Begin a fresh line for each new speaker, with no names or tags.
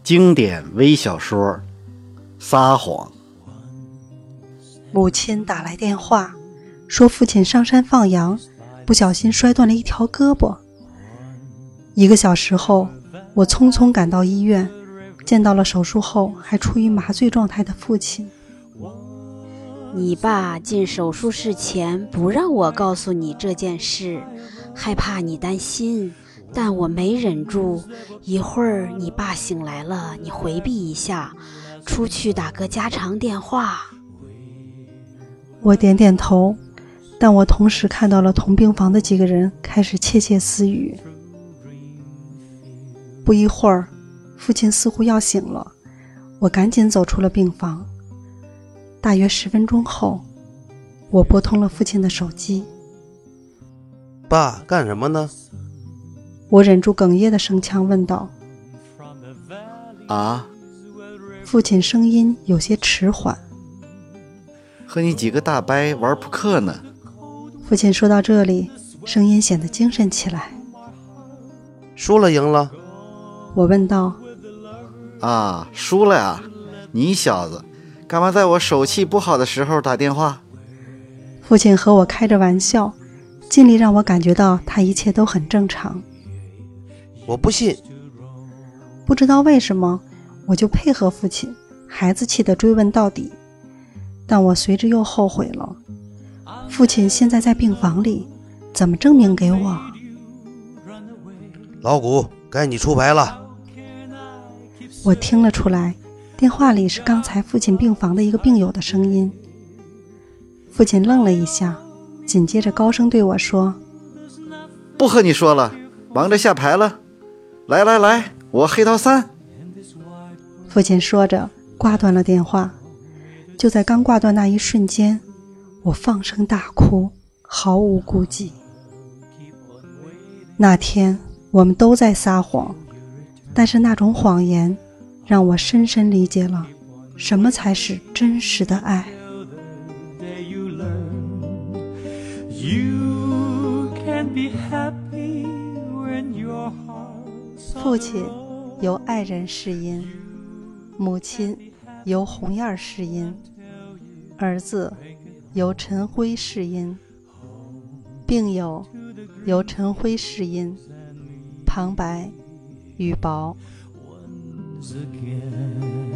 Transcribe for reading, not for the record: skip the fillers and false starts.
经典微小说《撒谎》。
母亲打来电话，说父亲上山放羊，不小心摔断了一条胳膊。1个小时后，我匆匆赶到医院，见到了手术后还处于麻醉状态的父亲。
你爸进手术室前不让我告诉你这件事，害怕你担心，但我没忍住。一会儿你爸醒来了，你回避一下，出去打个家常电话。
我点点头，但我同时看到了同病房的几个人开始窃窃私语。不一会儿，父亲似乎要醒了，我赶紧走出了病房。大约10分钟后，我拨通了父亲的手机。
爸，干什么呢？
我忍住哽咽的声腔问道。
啊？
父亲声音有些迟缓。
和你几个大伯玩扑克呢。
父亲说到这里，声音显得精神起来。
输了赢了？
我问道。
啊，输了呀？你小子干嘛在我手气不好的时候打电话？
父亲和我开着玩笑，尽力让我感觉到他一切都很正常。
我不信。
不知道为什么，我就配合父亲孩子气地追问到底，但我随之又后悔了。父亲现在在病房里，怎么证明给我？
老谷，该你出牌了。
我听了出来，电话里是刚才父亲病房的一个病友的声音。父亲愣了一下，紧接着高声对我说：
不和你说了，忙着下牌了。来来来，我黑桃3。
父亲说着挂断了电话。就在刚挂断那一瞬间，我放声大哭，毫无顾忌。那天我们都在撒谎，但是那种谎言让我深深理解了什么才是真实的爱。父亲由爱人试音，母亲由红燕试音，儿子由陈辉试音，病友由陈辉试音，旁白雨薄。